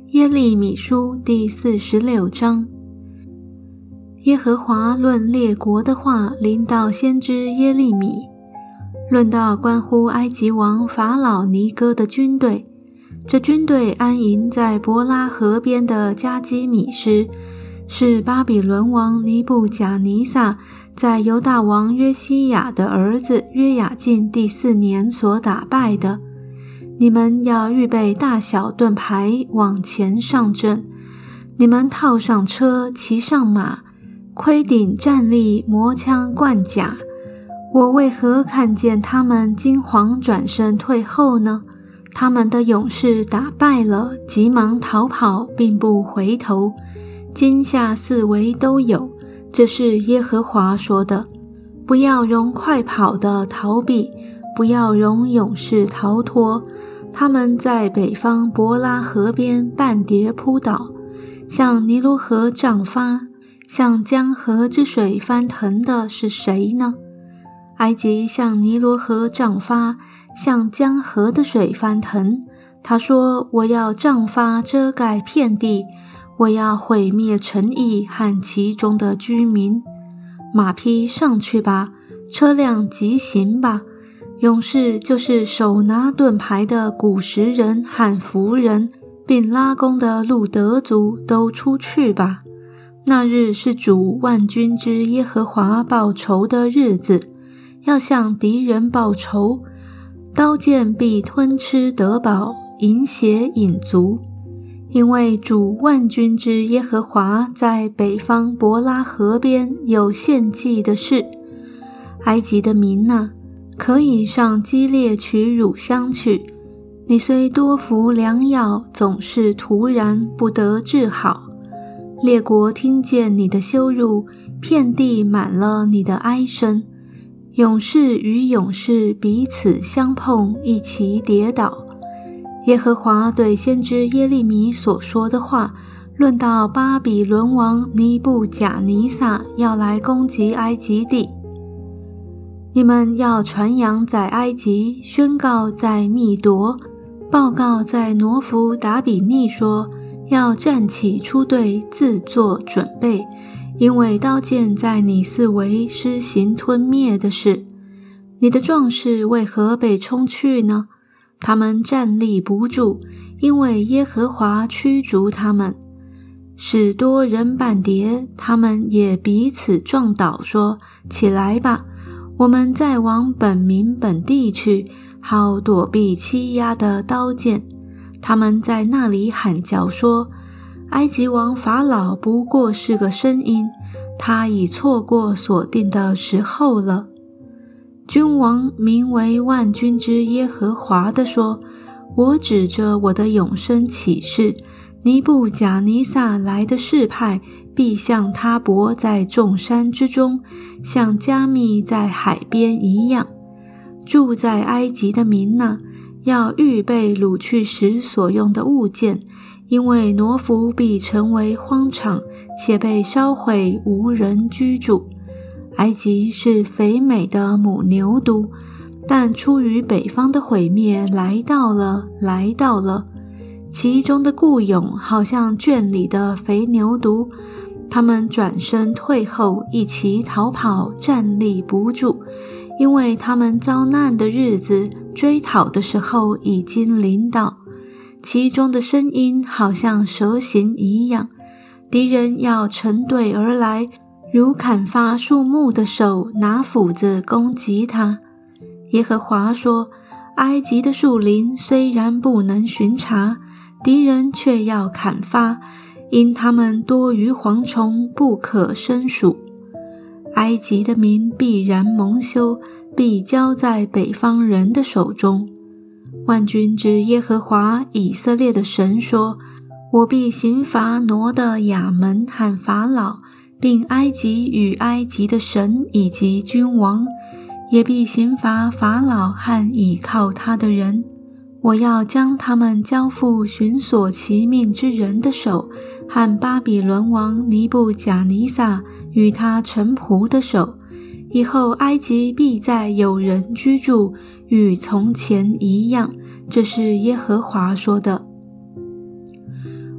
耶利米书第46章。耶和华论列国的话临到先知耶利米，论到关乎埃及王法老尼哥的军队。这军队安营在伯拉河边的加基米施，是巴比伦王尼布甲尼撒在犹大王约西亚的儿子约雅敬第4年所打败的。你们要预备大小盾牌，往前上阵。你们套上车，骑上马，盔顶站立，磨枪贯甲。我为何看见他们惊惶转身退后呢？他们的勇士打败了，急忙逃跑，并不回头，今夏四围都有。这是耶和华说的。不要容快跑的逃避，不要容勇士逃脱。他们在北方伯拉河边半跌扑倒，向尼罗河涨发，向江河之水翻腾的是谁呢？埃及向尼罗河涨发，向江河的水翻腾。他说，我要涨发遮盖遍地，我要毁灭城邑和其中的居民。马匹上去吧，车辆急行吧。勇士就是手拿盾牌的古时人和弗人，并拉弓的路德族都出去吧。那日是主万军之耶和华报仇的日子，要向敌人报仇。刀剑必吞吃得饱，饮血饮足。因为主万军之耶和华在北方伯拉河边有献祭的事。埃及的民啊，可以上基列取乳香去。你虽多服良药，总是徒然，不得治好。列国听见你的羞辱，遍地满了你的哀声。勇士与勇士彼此相碰，一起跌倒。耶和华对先知耶利米所说的话，论到巴比伦王尼布甲尼撒要来攻击埃及地。你们要传扬在埃及，宣告在密夺，报告在挪弗达比尼说，要站起出队，自作准备，因为刀剑在你四围施行吞灭的事。你的壮士为何被冲去呢？他们站立不住，因为耶和华驱逐他们，使多人半跌。他们也彼此撞倒，说，起来吧，我们再往本民本地去，好躲避欺压的刀剑。他们在那里喊叫说，埃及王法老不过是个声音，他已错过所定的时候了。君王名为万军之耶和华的说，我指着我的永生起誓，尼布甲尼撒来的世派必像他伯在众山之中，像加密在海边一样。住在埃及的民啊，要预备掳去时所用的物件，因为挪弗必成为荒场，且被烧毁，无人居住。埃及是肥美的母牛犊，但出于北方的毁灭来到了。其中的雇佣好像圈里的肥牛犊，他们转身退后，一齐逃跑，站立不住，因为他们遭难的日子，追讨的时候已经临到。其中的声音好像蛇形一样，敌人要成队而来，如砍伐树木的手拿斧子攻击他。耶和华说，埃及的树林虽然不能巡查，敌人却要砍伐，因他们多于蝗虫，不可胜数。埃及的民必然蒙羞，必交在北方人的手中。万军之耶和华以色列的神说，我必刑罚挪的亚门和法老，并埃及与埃及的神以及君王，也必刑罚法老和倚靠他的人。我要将他们交付寻索其命之人的手，和巴比伦王尼布甲尼撒与他臣仆的手。以后埃及必再有人居住，与从前一样。这是耶和华说的。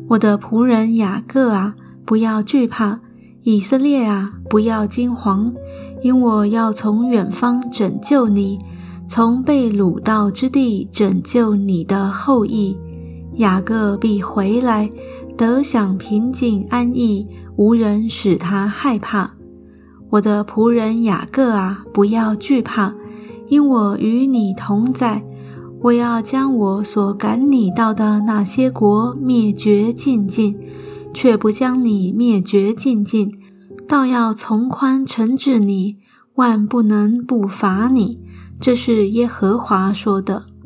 我的仆人雅各啊，不要惧怕，以色列啊，不要惊惶，因我要从远方拯救你，从被掳到之地拯救你的后裔。雅各必回来，得享平静安逸，无人使他害怕。我的仆人雅各啊，不要惧怕，因我与你同在。我要将我所赶你到的那些国灭绝尽尽，却不将你灭绝尽尽，倒要从宽惩治你，万不能不罚你。这是耶和华说的。